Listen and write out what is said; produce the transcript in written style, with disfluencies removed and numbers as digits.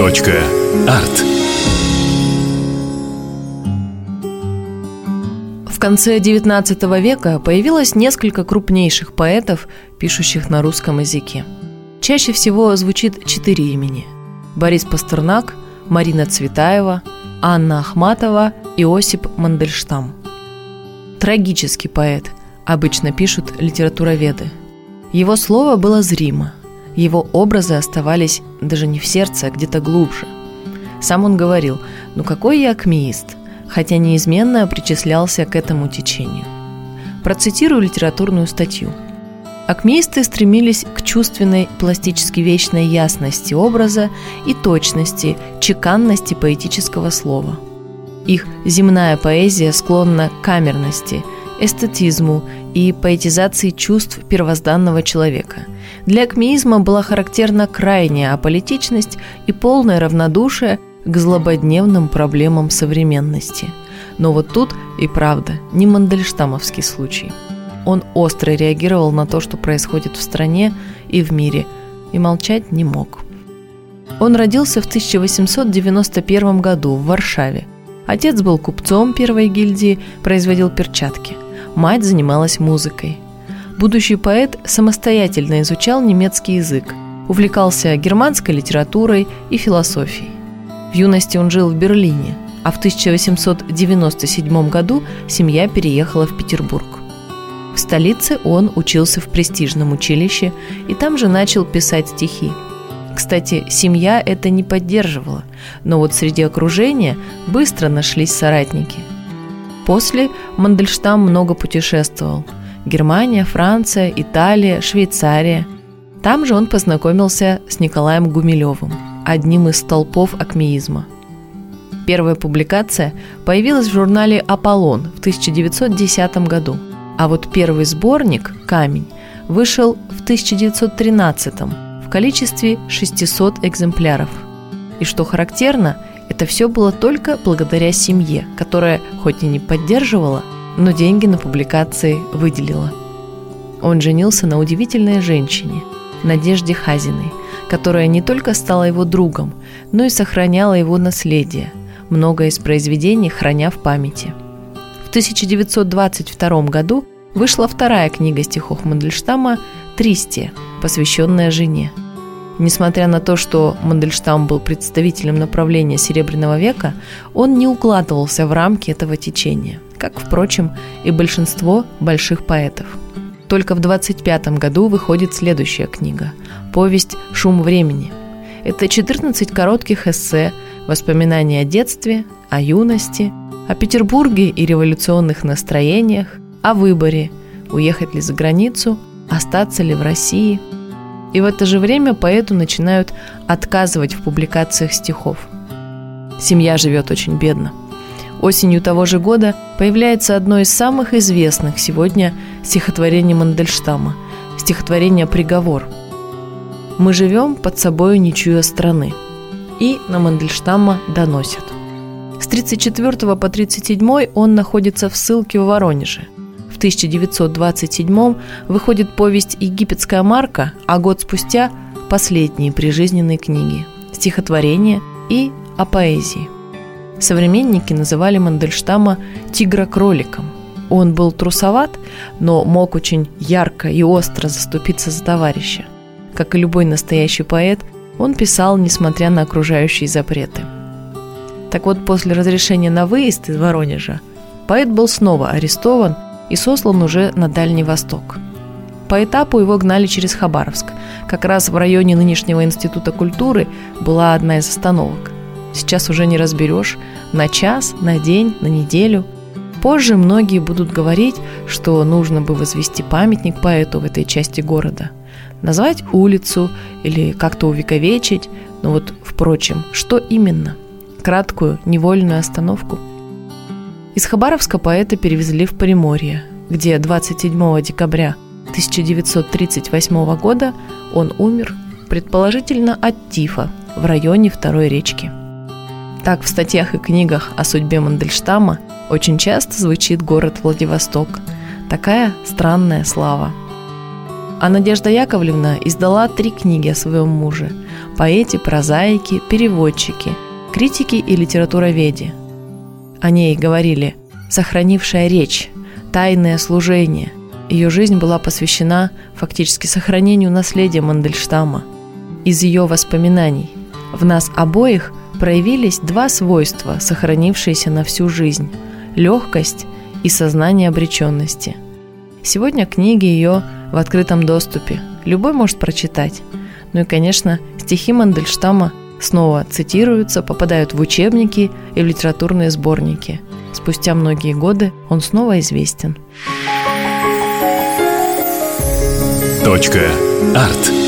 Arts.art. В конце XIX века появилось несколько крупнейших поэтов, пишущих на русском языке. Чаще всего звучит 4 имени: Борис Пастернак, Марина Цветаева, Анна Ахматова, Иосип Мандельштам. Трагический поэт, обычно пишут литературоведы. Его слово было зримо, его образы оставались даже не в сердце, а где-то глубже. Сам он говорил: «Ну какой я акмеист», хотя неизменно причислялся к этому течению. Процитирую литературную статью. Акмеисты стремились к чувственной, пластически вечной ясности образа и точности, чеканности поэтического слова. Их земная поэзия склонна к камерности, эстетизму и поэтизации чувств первозданного человека. Для акмеизма была характерна крайняя аполитичность и полное равнодушие к злободневным проблемам современности. Но вот тут и правда не мандельштамовский случай. Он остро реагировал на то, что происходит в стране и в мире, и молчать не мог. Он родился в 1891 году в Варшаве. Отец был купцом первой гильдии, производил перчатки. Мать занималась музыкой. Будущий поэт самостоятельно изучал немецкий язык, увлекался германской литературой и философией. В юности он жил в Берлине, а в 1897 году семья переехала в Петербург. В столице он учился в престижном училище и там же начал писать стихи. Кстати, семья это не поддерживала, но вот среди окружения быстро нашлись соратники. После Мандельштам много путешествовал. Германия, Франция, Италия, Швейцария. Там же он познакомился с Николаем Гумилевым, одним из столпов акмеизма. Первая публикация появилась в журнале «Аполлон» в 1910 году, а вот первый сборник «Камень» вышел в 1913 в количестве 600 экземпляров. И что характерно, это все было только благодаря семье, которая хоть и не поддерживала, но деньги на публикации выделила. Он женился на удивительной женщине, Надежде Хазиной, которая не только стала его другом, но и сохраняла его наследие, многое из произведений храня в памяти. В 1922 году вышла вторая книга стихов Мандельштама «Тристия», посвященная жене. Несмотря на то, что Мандельштам был представителем направления Серебряного века, он не укладывался в рамки этого течения, как, впрочем, и большинство больших поэтов. Только в 1925 году выходит следующая книга – повесть «Шум времени». Это 14 коротких эссе, воспоминания о детстве, о юности, о Петербурге и революционных настроениях, о выборе – уехать ли за границу, остаться ли в России. И в это же время поэту начинают отказывать в публикациях стихов. Семья живет очень бедно. Осенью того же года появляется одно из самых известных сегодня стихотворений Мандельштама – стихотворение «Приговор». «Мы живем под собою не чуя страны». И на Мандельштама доносят. С 1934 по 1937 он находится в ссылке в Воронеже. В 1927 выходит повесть «Египетская марка», а год спустя – последние прижизненные книги – стихотворения и о поэзии. Современники называли Мандельштама «тигра-кроликом». Он был трусоват, но мог очень ярко и остро заступиться за товарища. Как и любой настоящий поэт, он писал, несмотря на окружающие запреты. Так вот, после разрешения на выезд из Воронежа, поэт был снова арестован и сослан уже на Дальний Восток. По этапу его гнали через Хабаровск. Как раз в районе нынешнего Института культуры была одна из остановок. Сейчас уже не разберешь, на час, на день, на неделю. Позже многие будут говорить, что нужно бы возвести памятник поэту в этой части города, назвать улицу или как-то увековечить. Но вот, впрочем, что именно? Краткую невольную остановку? Из Хабаровска поэта перевезли в Приморье, где 27 декабря 1938 года он умер, предположительно от тифа, в районе Второй речки. Так в статьях и книгах о судьбе Мандельштама очень часто звучит город Владивосток. Такая странная слава. А Надежда Яковлевна издала 3 книги о своем муже – поэте, прозаике, переводчике, критике и литературоведе. О ней говорили «сохранившая речь», «тайное служение». Ее жизнь была посвящена фактически сохранению наследия Мандельштама. Из ее воспоминаний в нас обоих проявились 2 свойства, сохранившиеся на всю жизнь – легкость и сознание обреченности. Сегодня книги ее в открытом доступе, любой может прочитать. Ну и, конечно, стихи Мандельштама снова цитируются, попадают в учебники и в литературные сборники. Спустя многие годы он снова известен. .арт